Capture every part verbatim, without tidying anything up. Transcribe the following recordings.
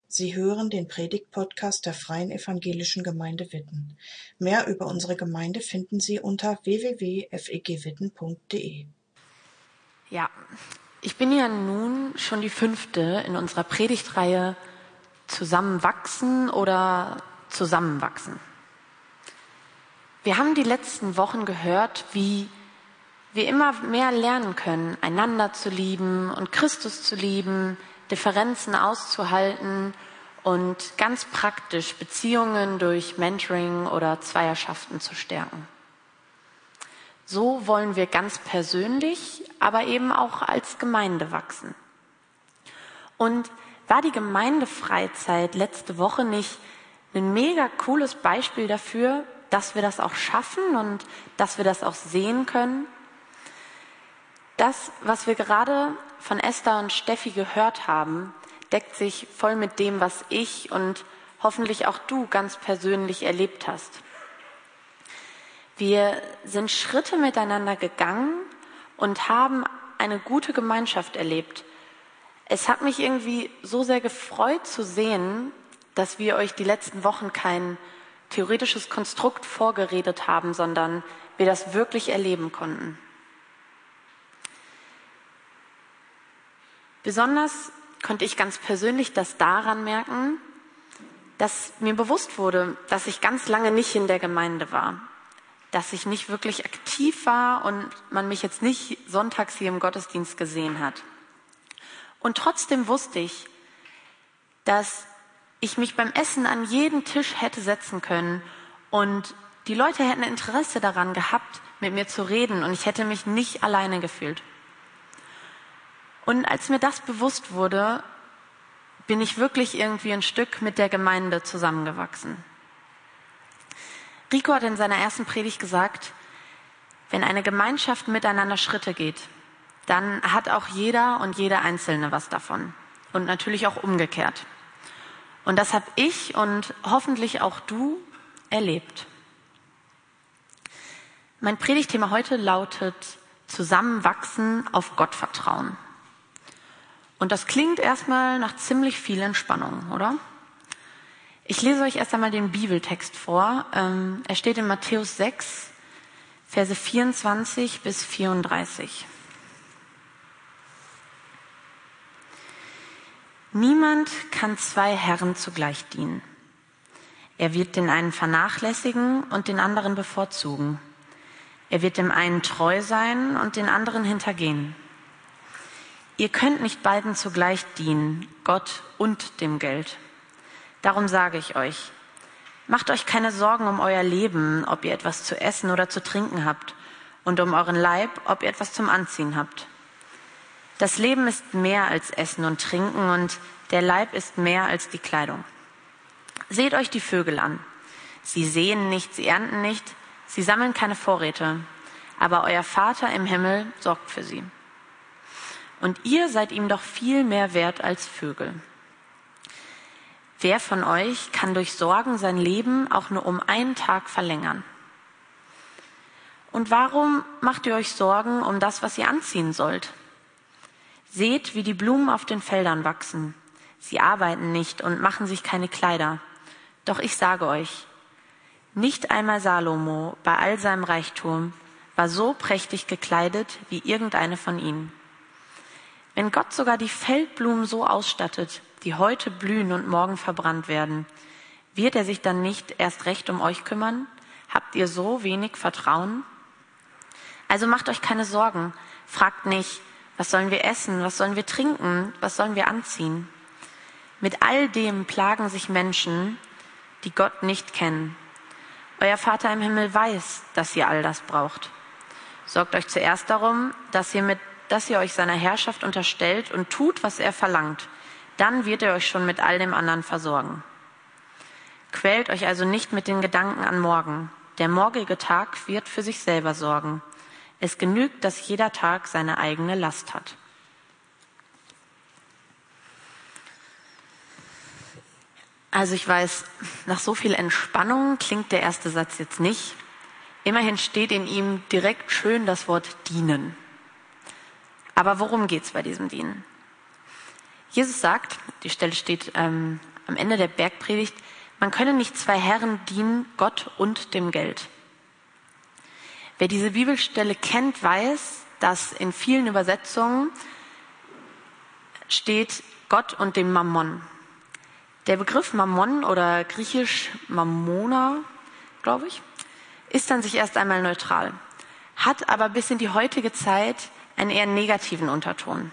Sie hören den Predigt-Podcast der Freien Evangelischen Gemeinde Witten. Mehr über unsere Gemeinde finden Sie unter w w w punkt f e g witten punkt d e. Ja, ich bin ja nun schon die fünfte in unserer Predigtreihe Zusammenwachsen oder Zusammenwachsen. Wir haben die letzten Wochen gehört, wie wir immer mehr lernen können, einander zu lieben und Christus zu lieben, Differenzen auszuhalten und ganz praktisch Beziehungen durch Mentoring oder Zweierschaften zu stärken. So wollen wir ganz persönlich, aber eben auch als Gemeinde wachsen. Und war die Gemeindefreizeit letzte Woche nicht ein mega cooles Beispiel dafür, dass wir das auch schaffen und dass wir das auch sehen können? Das, was wir gerade von Esther und Steffi gehört haben, deckt sich voll mit dem, was ich und hoffentlich auch du ganz persönlich erlebt hast. Wir sind Schritte miteinander gegangen und haben eine gute Gemeinschaft erlebt. Es hat mich irgendwie so sehr gefreut zu sehen, dass wir euch die letzten Wochen kein theoretisches Konstrukt vorgeredet haben, sondern wir das wirklich erleben konnten. Besonders konnte ich ganz persönlich das daran merken, dass mir bewusst wurde, dass ich ganz lange nicht in der Gemeinde war, dass ich nicht wirklich aktiv war und man mich jetzt nicht sonntags hier im Gottesdienst gesehen hat. Und trotzdem wusste ich, dass ich mich beim Essen an jeden Tisch hätte setzen können und die Leute hätten Interesse daran gehabt, mit mir zu reden und ich hätte mich nicht alleine gefühlt. Und als mir das bewusst wurde, bin ich wirklich irgendwie ein Stück mit der Gemeinde zusammengewachsen. Rico hat in seiner ersten Predigt gesagt, wenn eine Gemeinschaft miteinander Schritte geht, dann hat auch jeder und jede Einzelne was davon. Und natürlich auch umgekehrt. Und das habe ich und hoffentlich auch du erlebt. Mein Predigtthema heute lautet Zusammenwachsen auf Gott vertrauen. Und das klingt erstmal nach ziemlich viel Entspannung, oder? Ich lese euch erst einmal den Bibeltext vor. Ähm, er steht in Matthäus sechs, Verse vierundzwanzig bis vierunddreißig. Niemand kann zwei Herren zugleich dienen. Er wird den einen vernachlässigen und den anderen bevorzugen. Er wird dem einen treu sein und den anderen hintergehen. Ihr könnt nicht beiden zugleich dienen, Gott und dem Geld. Darum sage ich euch, macht euch keine Sorgen um euer Leben, ob ihr etwas zu essen oder zu trinken habt, und um euren Leib, ob ihr etwas zum Anziehen habt. Das Leben ist mehr als Essen und Trinken und der Leib ist mehr als die Kleidung. Seht euch die Vögel an. Sie säen nicht, sie ernten nicht, sie sammeln keine Vorräte, aber euer Vater im Himmel sorgt für sie. Und ihr seid ihm doch viel mehr wert als Vögel. Wer von euch kann durch Sorgen sein Leben auch nur um einen Tag verlängern? Und warum macht ihr euch Sorgen um das, was ihr anziehen sollt? Seht, wie die Blumen auf den Feldern wachsen. Sie arbeiten nicht und machen sich keine Kleider. Doch ich sage euch, nicht einmal Salomo bei all seinem Reichtum war so prächtig gekleidet wie irgendeine von ihnen. Wenn Gott sogar die Feldblumen so ausstattet, die heute blühen und morgen verbrannt werden, wird er sich dann nicht erst recht um euch kümmern? Habt ihr so wenig Vertrauen? Also macht euch keine Sorgen. Fragt nicht, was sollen wir essen, was sollen wir trinken, was sollen wir anziehen? Mit all dem plagen sich Menschen, die Gott nicht kennen. Euer Vater im Himmel weiß, dass ihr all das braucht. Sorgt euch zuerst darum, dass ihr, mit, dass ihr euch seiner Herrschaft unterstellt und tut, was er verlangt. Dann wird er euch schon mit all dem anderen versorgen. Quält euch also nicht mit den Gedanken an morgen. Der morgige Tag wird für sich selber sorgen. Es genügt, dass jeder Tag seine eigene Last hat. Also ich weiß, nach so viel Entspannung klingt der erste Satz jetzt nicht. Immerhin steht in ihm direkt schön das Wort dienen. Aber worum geht's bei diesem Dienen? Jesus sagt, die Stelle steht ähm, am Ende der Bergpredigt, man könne nicht zwei Herren dienen, Gott und dem Geld. Wer diese Bibelstelle kennt, weiß, dass in vielen Übersetzungen steht Gott und dem Mammon. Der Begriff Mammon oder griechisch Mammona, glaube ich, ist an sich erst einmal neutral, hat aber bis in die heutige Zeit einen eher negativen Unterton.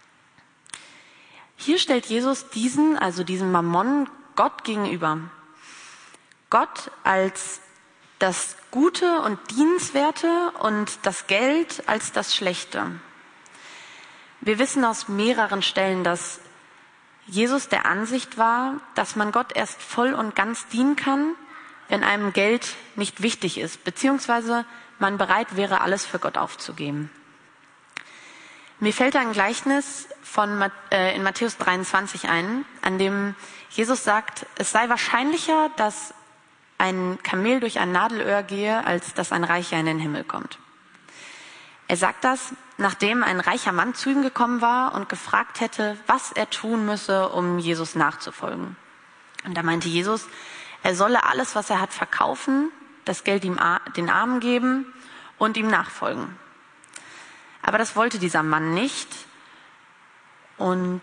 Hier stellt Jesus diesen, also diesen Mammon, Gott gegenüber. Gott als das Gute und Dienenswerte und das Geld als das Schlechte. Wir wissen aus mehreren Stellen, dass Jesus der Ansicht war, dass man Gott erst voll und ganz dienen kann, wenn einem Geld nicht wichtig ist, beziehungsweise man bereit wäre, alles für Gott aufzugeben. Mir fällt ein Gleichnis von, äh, in Matthäus dreiundzwanzig ein, an dem Jesus sagt, es sei wahrscheinlicher, dass ein Kamel durch ein Nadelöhr gehe, als dass ein Reicher in den Himmel kommt. Er sagt das, nachdem ein reicher Mann zu ihm gekommen war und gefragt hätte, was er tun müsse, um Jesus nachzufolgen. Und da meinte Jesus, er solle alles, was er hat, verkaufen, das Geld ihm den Armen geben und ihm nachfolgen. Aber das wollte dieser Mann nicht und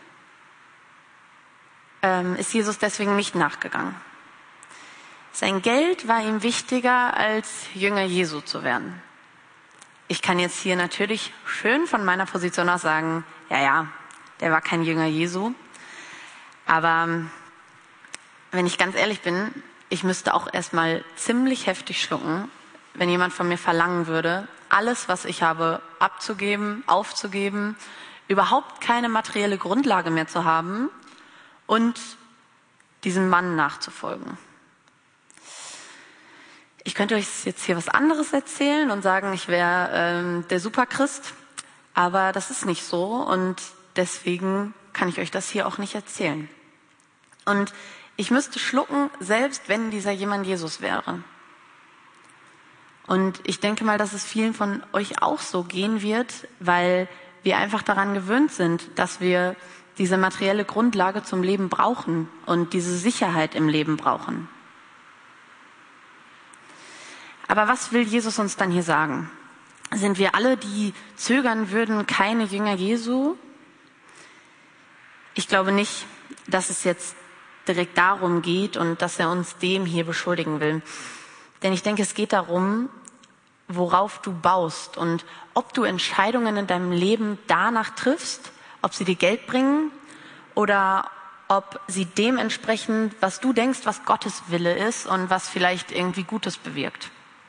ähm, ist Jesus deswegen nicht nachgegangen. Sein Geld war ihm wichtiger, als Jünger Jesu zu werden. Ich kann jetzt hier natürlich schön von meiner Position aus sagen, ja, ja, der war kein Jünger Jesu. Aber wenn ich ganz ehrlich bin, ich müsste auch erstmal ziemlich heftig schlucken, wenn jemand von mir verlangen würde, alles, was ich habe, abzugeben, aufzugeben, überhaupt keine materielle Grundlage mehr zu haben und diesem Mann nachzufolgen. Ich könnte euch jetzt hier was anderes erzählen und sagen, ich wäre ähm, der Superchrist, aber das ist nicht so und deswegen kann ich euch das hier auch nicht erzählen. Und ich müsste schlucken, selbst wenn dieser jemand Jesus wäre. Und ich denke mal, dass es vielen von euch auch so gehen wird, weil wir einfach daran gewöhnt sind, dass wir diese materielle Grundlage zum Leben brauchen und diese Sicherheit im Leben brauchen. Aber was will Jesus uns dann hier sagen? Sind wir alle, die zögern würden, keine Jünger Jesu? Ich glaube nicht, dass es jetzt direkt darum geht und dass er uns dem hier beschuldigen will. Denn ich denke, es geht darum, worauf du baust und ob du Entscheidungen in deinem Leben danach triffst, ob sie dir Geld bringen oder ob sie dem entsprechen, was du denkst, was Gottes Wille ist und was vielleicht irgendwie Gutes bewirkt.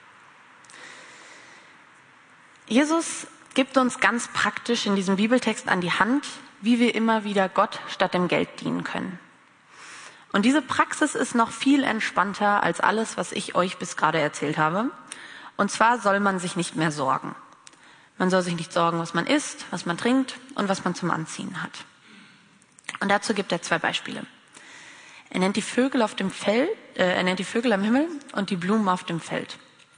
Jesus gibt uns ganz praktisch in diesem Bibeltext an die Hand, wie wir immer wieder Gott statt dem Geld dienen können. Und diese Praxis ist noch viel entspannter als alles, was ich euch bis gerade erzählt habe. Und zwar soll man sich nicht mehr sorgen. Man soll sich nicht sorgen, was man isst, was man trinkt und was man zum Anziehen hat. Und dazu gibt er zwei Beispiele. Er nennt die Vögel auf dem Feld, äh, er nennt die Vögel am Himmel und die Blumen auf dem Feld.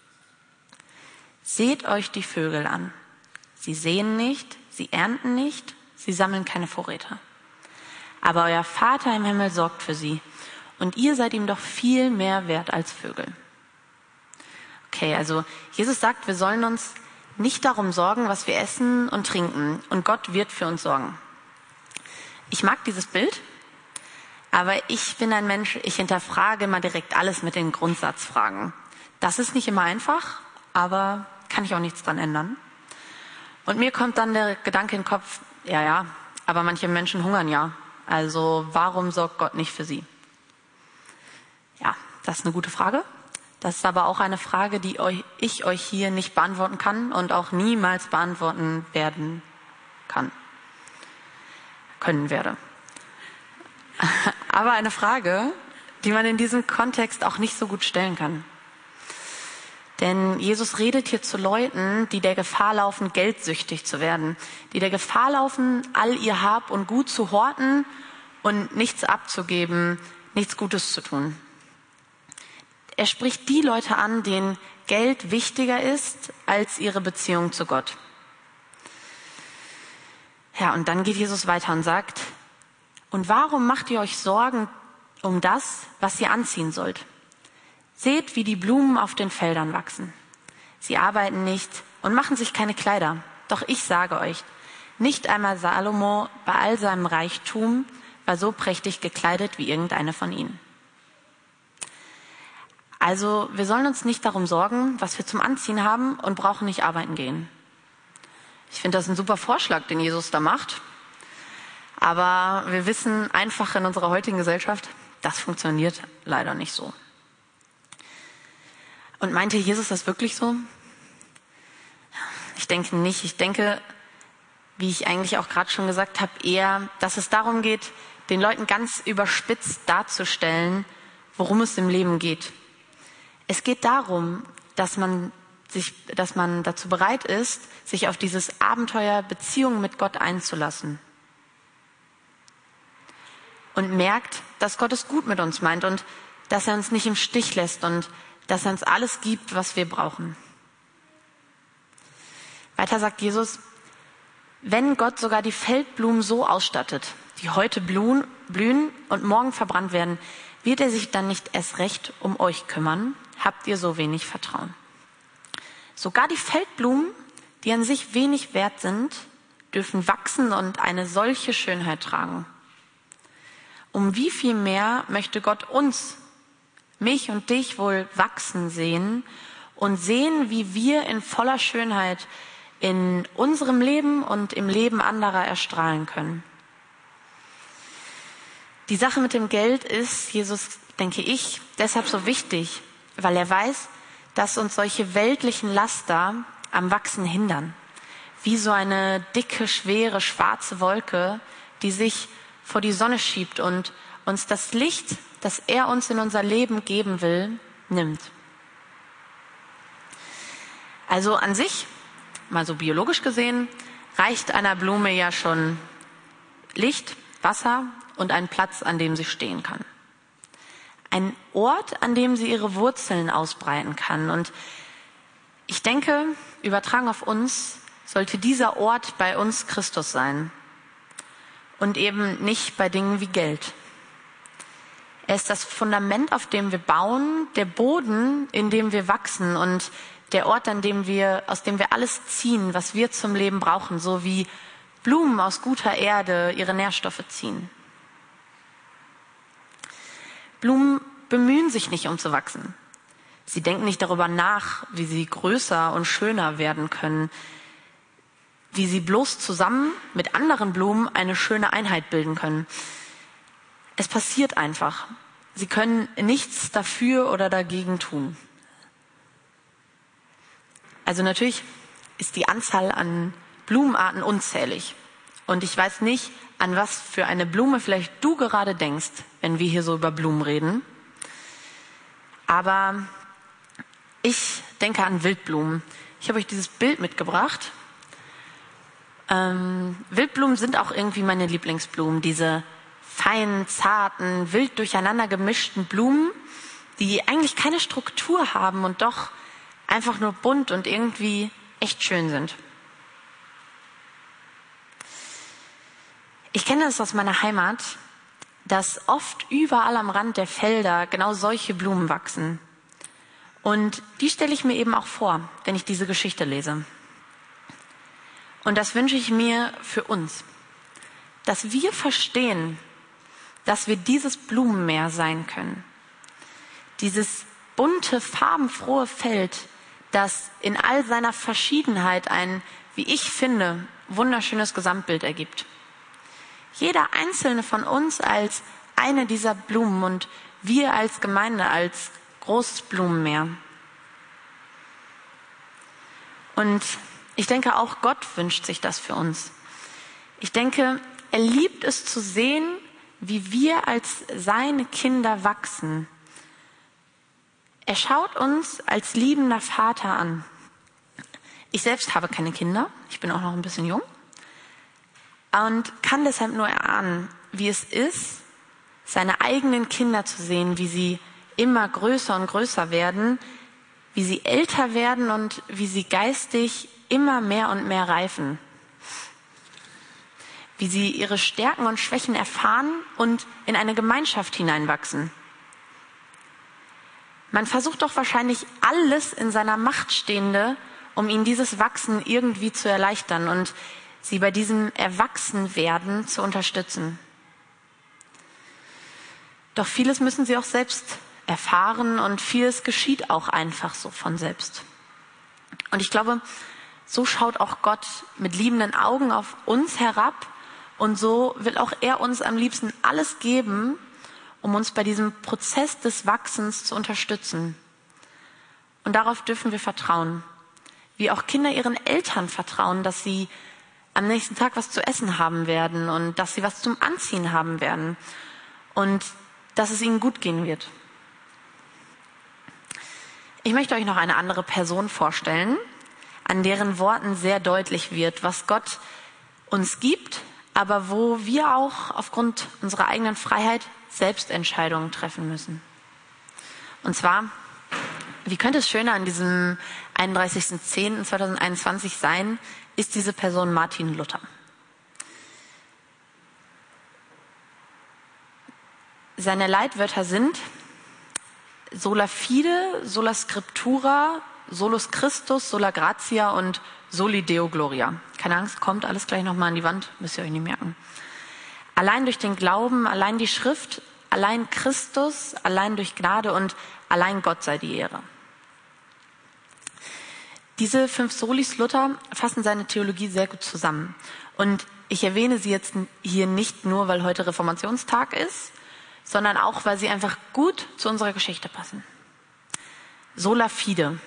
Seht euch die Vögel an. Sie säen nicht, sie ernten nicht, sie sammeln keine Vorräte. Aber euer Vater im Himmel sorgt für sie. Und ihr seid ihm doch viel mehr wert als Vögel. Okay, also Jesus sagt, wir sollen uns nicht darum sorgen, was wir essen und trinken. Und Gott wird für uns sorgen. Ich mag dieses Bild, aber ich bin ein Mensch, ich hinterfrage immer direkt alles mit den Grundsatzfragen. Das ist nicht immer einfach, aber kann ich auch nichts dran ändern. Und mir kommt dann der Gedanke in den Kopf, ja, ja, aber manche Menschen hungern ja. Also warum sorgt Gott nicht für sie? Ja, das ist eine gute Frage. Das ist aber auch eine Frage, die ich euch hier nicht beantworten kann und auch niemals beantworten werden kann, können werde. Aber eine Frage, die man in diesem Kontext auch nicht so gut stellen kann. Denn Jesus redet hier zu Leuten, die der Gefahr laufen, geldsüchtig zu werden, die der Gefahr laufen, all ihr Hab und Gut zu horten und nichts abzugeben, nichts Gutes zu tun. Er spricht die Leute an, denen Geld wichtiger ist als ihre Beziehung zu Gott. Ja, und dann geht Jesus weiter und sagt, und warum macht ihr euch Sorgen um das, was ihr anziehen sollt. Seht, wie die Blumen auf den Feldern wachsen. Sie arbeiten nicht und machen sich keine Kleider. Doch ich sage euch, nicht einmal Salomo bei all seinem Reichtum war so prächtig gekleidet wie irgendeine von ihnen. Also wir sollen uns nicht darum sorgen, was wir zum Anziehen haben und brauchen nicht arbeiten gehen. Ich finde das ein super Vorschlag, den Jesus da macht. Aber wir wissen einfach in unserer heutigen Gesellschaft, das funktioniert leider nicht so. Und meinte Jesus das wirklich so? Ich denke nicht. Ich denke, wie ich eigentlich auch gerade schon gesagt habe, eher, dass es darum geht, den Leuten ganz überspitzt darzustellen, worum es im Leben geht. Es geht darum, dass man sich, dass man dazu bereit ist, sich auf dieses Abenteuer Beziehung mit Gott einzulassen. Und merkt, dass Gott es gut mit uns meint und dass er uns nicht im Stich lässt und dass er uns alles gibt, was wir brauchen. Weiter sagt Jesus, wenn Gott sogar die Feldblumen so ausstattet, die heute blühen, blühen und morgen verbrannt werden, wird er sich dann nicht erst recht um euch kümmern? Habt ihr so wenig Vertrauen? Sogar die Feldblumen, die an sich wenig wert sind, dürfen wachsen und eine solche Schönheit tragen. Um wie viel mehr möchte Gott uns, mich und dich wohl wachsen sehen und sehen, wie wir in voller Schönheit in unserem Leben und im Leben anderer erstrahlen können. Die Sache mit dem Geld ist, Jesus, denke ich, deshalb so wichtig, weil er weiß, dass uns solche weltlichen Laster am Wachsen hindern. Wie so eine dicke, schwere, schwarze Wolke, die sich vor die Sonne schiebt und uns das Licht, das er uns in unser Leben geben will, nimmt. Also an sich, mal so biologisch gesehen, reicht einer Blume ja schon Licht, Wasser und ein Platz, an dem sie stehen kann. Ein Ort, an dem sie ihre Wurzeln ausbreiten kann. Und ich denke, übertragen auf uns, sollte dieser Ort bei uns Christus sein. Und eben nicht bei Dingen wie Geld. Er ist das Fundament, auf dem wir bauen, der Boden, in dem wir wachsen und der Ort, an dem wir, aus dem wir alles ziehen, was wir zum Leben brauchen, so wie Blumen aus guter Erde ihre Nährstoffe ziehen. Blumen bemühen sich nicht, um zu wachsen. Sie denken nicht darüber nach, wie sie größer und schöner werden können, wie sie bloß zusammen mit anderen Blumen eine schöne Einheit bilden können. Es passiert einfach. Sie können nichts dafür oder dagegen tun. Also natürlich ist die Anzahl an Blumenarten unzählig. Und ich weiß nicht, an was für eine Blume vielleicht du gerade denkst, wenn wir hier so über Blumen reden. Aber ich denke an Wildblumen. Ich habe euch dieses Bild mitgebracht. Ähm, Wildblumen sind auch irgendwie meine Lieblingsblumen. Diese feinen, zarten, wild durcheinander gemischten Blumen, die eigentlich keine Struktur haben und doch einfach nur bunt und irgendwie echt schön sind. Ich kenne es aus meiner Heimat, dass oft überall am Rand der Felder genau solche Blumen wachsen. Und die stelle ich mir eben auch vor, wenn ich diese Geschichte lese. Und das wünsche ich mir für uns, dass wir verstehen, dass wir dieses Blumenmeer sein können. Dieses bunte, farbenfrohe Feld, das in all seiner Verschiedenheit ein, wie ich finde, wunderschönes Gesamtbild ergibt. Jeder einzelne von uns als eine dieser Blumen und wir als Gemeinde als großes Blumenmeer. Und ich denke, auch Gott wünscht sich das für uns. Ich denke, er liebt es zu sehen, wie wir als seine Kinder wachsen. Er schaut uns als liebender Vater an. Ich selbst habe keine Kinder, ich bin auch noch ein bisschen jung und kann deshalb nur erahnen, wie es ist, seine eigenen Kinder zu sehen, wie sie immer größer und größer werden, wie sie älter werden und wie sie geistig immer mehr und mehr reifen. wie sie ihre Stärken und Schwächen erfahren und in eine Gemeinschaft hineinwachsen. Man versucht doch wahrscheinlich alles in seiner Macht Stehende, um ihnen dieses Wachsen irgendwie zu erleichtern und sie bei diesem Erwachsenwerden zu unterstützen. Doch vieles müssen sie auch selbst erfahren und vieles geschieht auch einfach so von selbst. Und ich glaube, so schaut auch Gott mit liebenden Augen auf uns herab und so will auch er uns am liebsten alles geben, um uns bei diesem Prozess des Wachsens zu unterstützen. Und darauf dürfen wir vertrauen. Wie auch Kinder ihren Eltern vertrauen, dass sie am nächsten Tag was zu essen haben werden und dass sie was zum Anziehen haben werden und dass es ihnen gut gehen wird. Ich möchte euch noch eine andere Person vorstellen, an deren Worten sehr deutlich wird, was Gott uns gibt, aber wo wir auch aufgrund unserer eigenen Freiheit selbst Entscheidungen treffen müssen. Und zwar, wie könnte es schöner an diesem einunddreißigsten zehnten zweitausendeinundzwanzig sein, ist diese Person Martin Luther. Seine Leitwörter sind sola fide, sola scriptura, solus Christus, sola gratia und soli Deo gloria. Keine Angst, kommt alles gleich nochmal an die Wand, müsst ihr euch nicht merken. Allein durch den Glauben, allein die Schrift, allein Christus, allein durch Gnade und allein Gott sei die Ehre. Diese fünf Solis Luther fassen seine Theologie sehr gut zusammen. Und ich erwähne sie jetzt hier nicht nur, weil heute Reformationstag ist, sondern auch, weil sie einfach gut zu unserer Geschichte passen. Sola fide.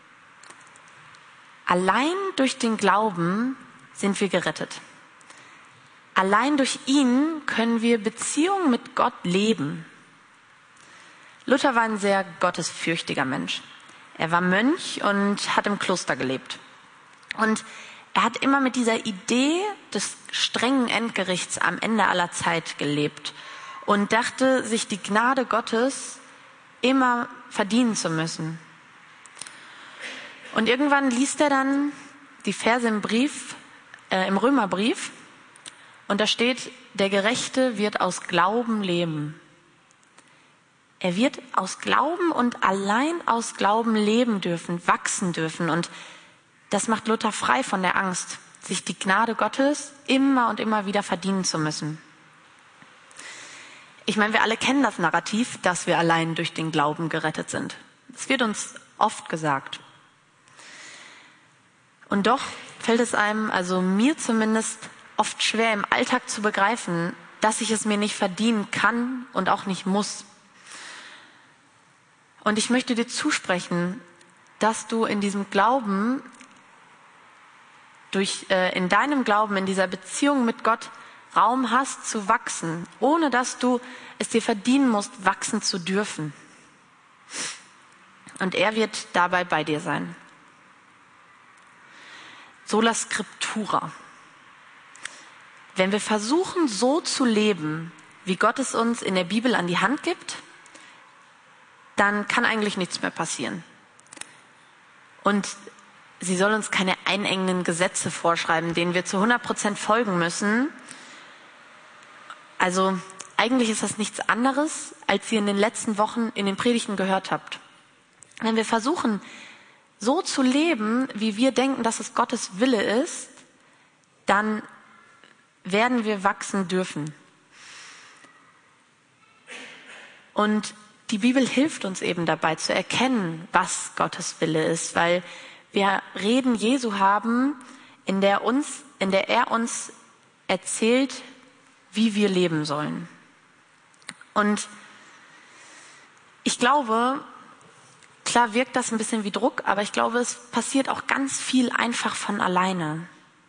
Allein durch den Glauben sind wir gerettet. Allein durch ihn können wir Beziehungen mit Gott leben. Luther war ein sehr gottesfürchtiger Mensch. Er war Mönch und hat im Kloster gelebt. Und er hat immer mit dieser Idee des strengen Endgerichts am Ende aller Zeit gelebt und dachte, sich die Gnade Gottes immer verdienen zu müssen. Und irgendwann liest er dann die Verse im Brief, äh, im Römerbrief, und da steht, der Gerechte wird aus Glauben leben. Er wird aus Glauben und allein aus Glauben leben dürfen, wachsen dürfen. Und das macht Luther frei von der Angst, sich die Gnade Gottes immer und immer wieder verdienen zu müssen. Ich meine, wir alle kennen das Narrativ, dass wir allein durch den Glauben gerettet sind. Das wird uns oft gesagt. Und doch fällt es einem, also mir zumindest, oft schwer im Alltag zu begreifen, dass ich es mir nicht verdienen kann und auch nicht muss. Und ich möchte dir zusprechen, dass du in diesem Glauben, durch, äh, in deinem Glauben, in dieser Beziehung mit Gott Raum hast zu wachsen, ohne dass du es dir verdienen musst, wachsen zu dürfen. Und er wird dabei bei dir sein. Sola scriptura. Wenn wir versuchen, so zu leben, wie Gott es uns in der Bibel an die Hand gibt, dann kann eigentlich nichts mehr passieren. Und sie soll uns keine einengenden Gesetze vorschreiben, denen wir zu hundert Prozent folgen müssen. Also eigentlich ist das nichts anderes, als ihr in den letzten Wochen in den Predigten gehört habt. Wenn wir versuchen, so zu leben, wie wir denken, dass es Gottes Wille ist, dann werden wir wachsen dürfen. Und die Bibel hilft uns eben dabei zu erkennen, was Gottes Wille ist, weil wir Reden Jesu haben, in der uns, in der er uns erzählt, wie wir leben sollen. Und ich glaube, klar wirkt das ein bisschen wie Druck, aber ich glaube, es passiert auch ganz viel einfach von alleine.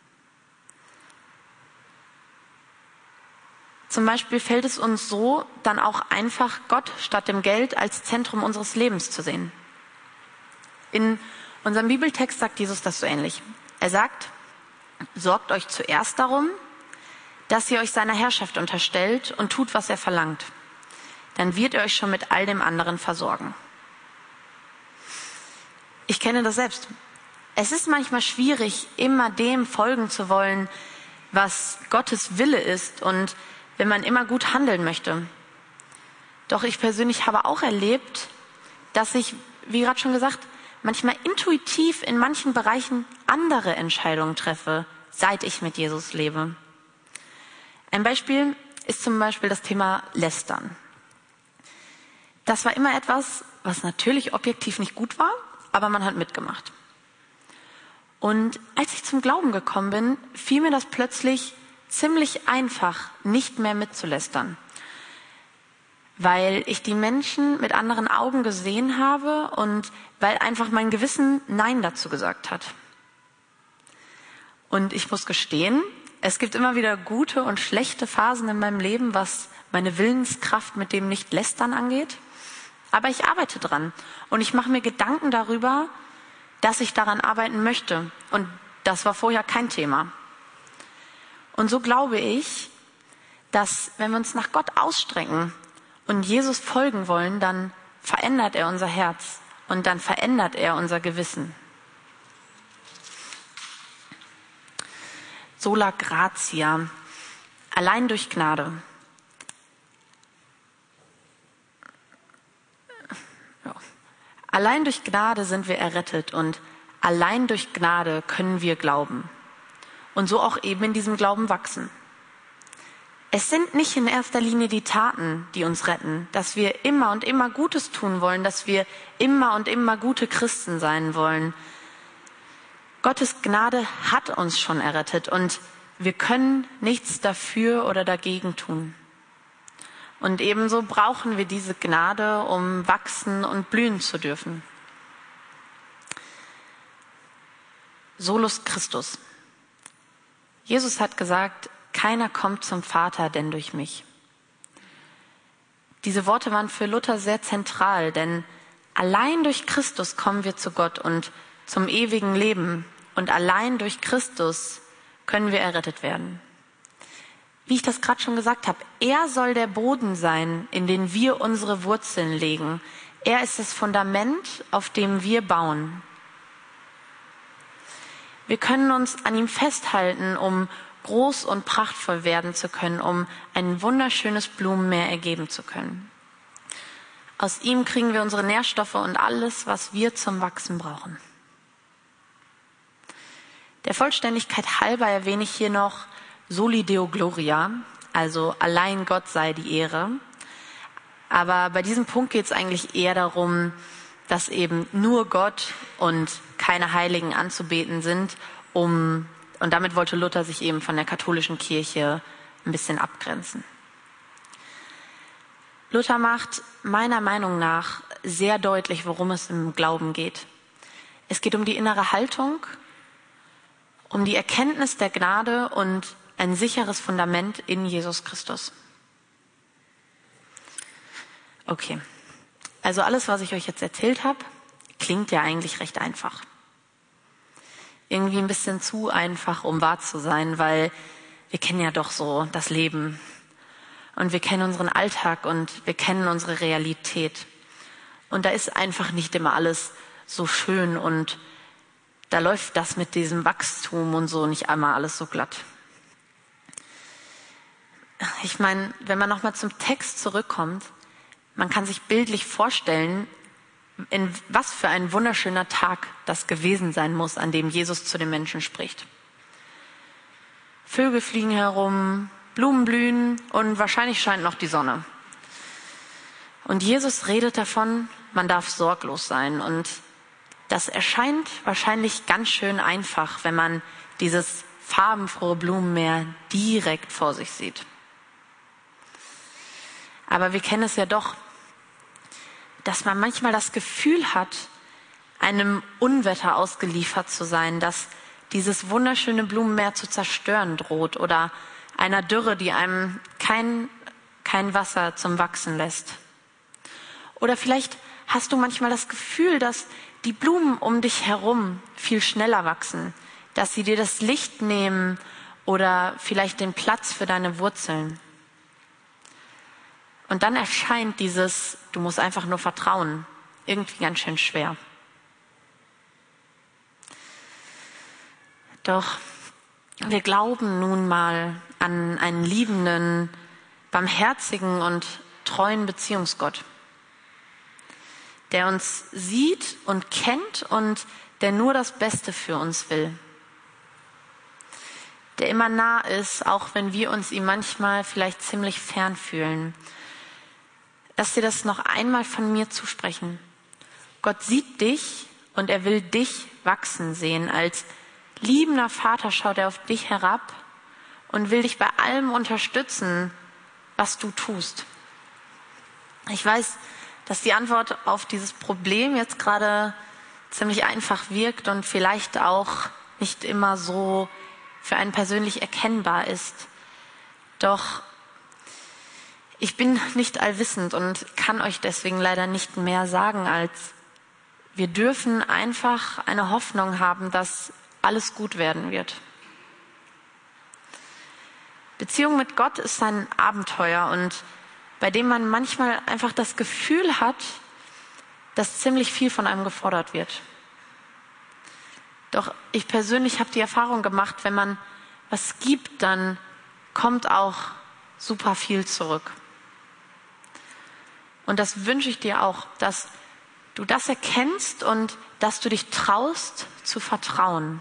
Zum Beispiel fällt es uns so, dann auch einfach Gott statt dem Geld als Zentrum unseres Lebens zu sehen. In unserem Bibeltext sagt Jesus das so ähnlich. Er sagt, sorgt euch zuerst darum, dass ihr euch seiner Herrschaft unterstellt und tut, was er verlangt. Dann wird er euch schon mit all dem anderen versorgen. Ich kenne das selbst. Es ist manchmal schwierig, immer dem folgen zu wollen, was Gottes Wille ist und wenn man immer gut handeln möchte. Doch ich persönlich habe auch erlebt, dass ich, wie gerade schon gesagt, manchmal intuitiv in manchen Bereichen andere Entscheidungen treffe, seit ich mit Jesus lebe. Ein Beispiel ist zum Beispiel das Thema Lästern. Das war immer etwas, was natürlich objektiv nicht gut war, aber man hat mitgemacht. Und als ich zum Glauben gekommen bin, fiel mir das plötzlich ziemlich einfach, nicht mehr mitzulästern. Weil ich die Menschen mit anderen Augen gesehen habe und weil einfach mein Gewissen Nein dazu gesagt hat. Und ich muss gestehen, es gibt immer wieder gute und schlechte Phasen in meinem Leben, was meine Willenskraft mit dem Nicht-Lästern angeht. Aber ich arbeite dran und ich mache mir Gedanken darüber, dass ich daran arbeiten möchte. Und das war vorher kein Thema. Und so glaube ich, dass wenn wir uns nach Gott ausstrecken und Jesus folgen wollen, dann verändert er unser Herz und dann verändert er unser Gewissen. Sola gratia, allein durch Gnade. Ja. Allein durch Gnade sind wir errettet und allein durch Gnade können wir glauben. Und so auch eben in diesem Glauben wachsen. Es sind nicht in erster Linie die Taten, die uns retten, dass wir immer und immer Gutes tun wollen, dass wir immer und immer gute Christen sein wollen. Gottes Gnade hat uns schon errettet und wir können nichts dafür oder dagegen tun. Und ebenso brauchen wir diese Gnade, um wachsen und blühen zu dürfen. Solus Christus. Jesus hat gesagt, keiner kommt zum Vater, denn durch mich. Diese Worte waren für Luther sehr zentral, denn allein durch Christus kommen wir zu Gott und zum ewigen Leben. Und allein durch Christus können wir errettet werden. Wie ich das gerade schon gesagt habe, er soll der Boden sein, in den wir unsere Wurzeln legen. Er ist das Fundament, auf dem wir bauen. Wir können uns an ihm festhalten, um groß und prachtvoll werden zu können, um ein wunderschönes Blumenmeer ergeben zu können. Aus ihm kriegen wir unsere Nährstoffe und alles, was wir zum Wachsen brauchen. Der Vollständigkeit halber erwähne ich hier noch Soli Deo Gloria, also allein Gott sei die Ehre. Aber bei diesem Punkt geht es eigentlich eher darum, dass eben nur Gott und keine Heiligen anzubeten sind, um Und damit wollte Luther sich eben von der katholischen Kirche ein bisschen abgrenzen. Luther macht meiner Meinung nach sehr deutlich, worum es im Glauben geht. Es geht um die innere Haltung, um die Erkenntnis der Gnade und ein sicheres Fundament in Jesus Christus. Okay, also alles, was ich euch jetzt erzählt habe, klingt ja eigentlich recht einfach. Irgendwie ein bisschen zu einfach, um wahr zu sein, weil wir kennen ja doch so das Leben und wir kennen unseren Alltag und wir kennen unsere Realität. Und da ist einfach nicht immer alles so schön und da läuft das mit diesem Wachstum und so nicht einmal alles so glatt. Ich meine, wenn man nochmal zum Text zurückkommt, man kann sich bildlich vorstellen, in was für ein wunderschöner Tag das gewesen sein muss, an dem Jesus zu den Menschen spricht. Vögel fliegen herum, Blumen blühen und wahrscheinlich scheint noch die Sonne. Und Jesus redet davon, man darf sorglos sein. Und das erscheint wahrscheinlich ganz schön einfach, wenn man dieses farbenfrohe Blumenmeer direkt vor sich sieht. Aber wir kennen es ja doch, dass man manchmal das Gefühl hat, einem Unwetter ausgeliefert zu sein, dass dieses wunderschöne Blumenmeer zu zerstören droht oder einer Dürre, die einem kein, kein Wasser zum Wachsen lässt. Oder vielleicht hast du manchmal das Gefühl, dass die Blumen um dich herum viel schneller wachsen, dass sie dir das Licht nehmen oder vielleicht den Platz für deine Wurzeln. Und dann erscheint dieses, du musst einfach nur vertrauen, irgendwie ganz schön schwer. Doch Wir glauben nun mal an einen liebenden, barmherzigen und treuen Beziehungsgott, der uns sieht und kennt und der nur das Beste für uns will. Der immer nah ist, auch wenn wir uns ihm manchmal vielleicht ziemlich fern fühlen. Lass dir das noch einmal von mir zusprechen. Gott sieht dich und er will dich wachsen sehen. Als liebender Vater schaut er auf dich herab und will dich bei allem unterstützen, was du tust. Ich weiß, dass die Antwort auf dieses Problem jetzt gerade ziemlich einfach wirkt und vielleicht auch nicht immer so für einen persönlich erkennbar ist. Doch ich bin nicht allwissend und kann euch deswegen leider nicht mehr sagen, als wir dürfen einfach eine Hoffnung haben, dass alles gut werden wird. Beziehung mit Gott ist ein Abenteuer und bei dem man manchmal einfach das Gefühl hat, dass ziemlich viel von einem gefordert wird. Doch ich persönlich habe die Erfahrung gemacht, wenn man was gibt, dann kommt auch super viel zurück. Und das wünsche ich dir auch, dass du das erkennst und dass du dich traust zu vertrauen.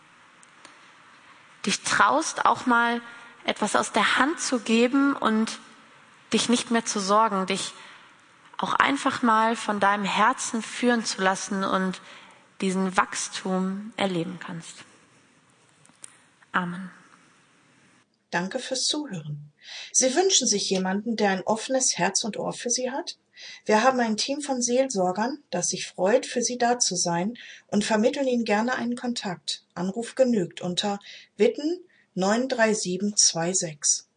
Dich traust auch mal etwas aus der Hand zu geben und dich nicht mehr zu sorgen, dich auch einfach mal von deinem Herzen führen zu lassen und diesen Wachstum erleben kannst. Amen. Danke fürs Zuhören. Sie wünschen sich jemanden, der ein offenes Herz und Ohr für Sie hat? Wir haben ein Team von Seelsorgern, das sich freut, für Sie da zu sein und vermitteln Ihnen gerne einen Kontakt. Anruf genügt unter Witten neun drei sieben zwei sechs.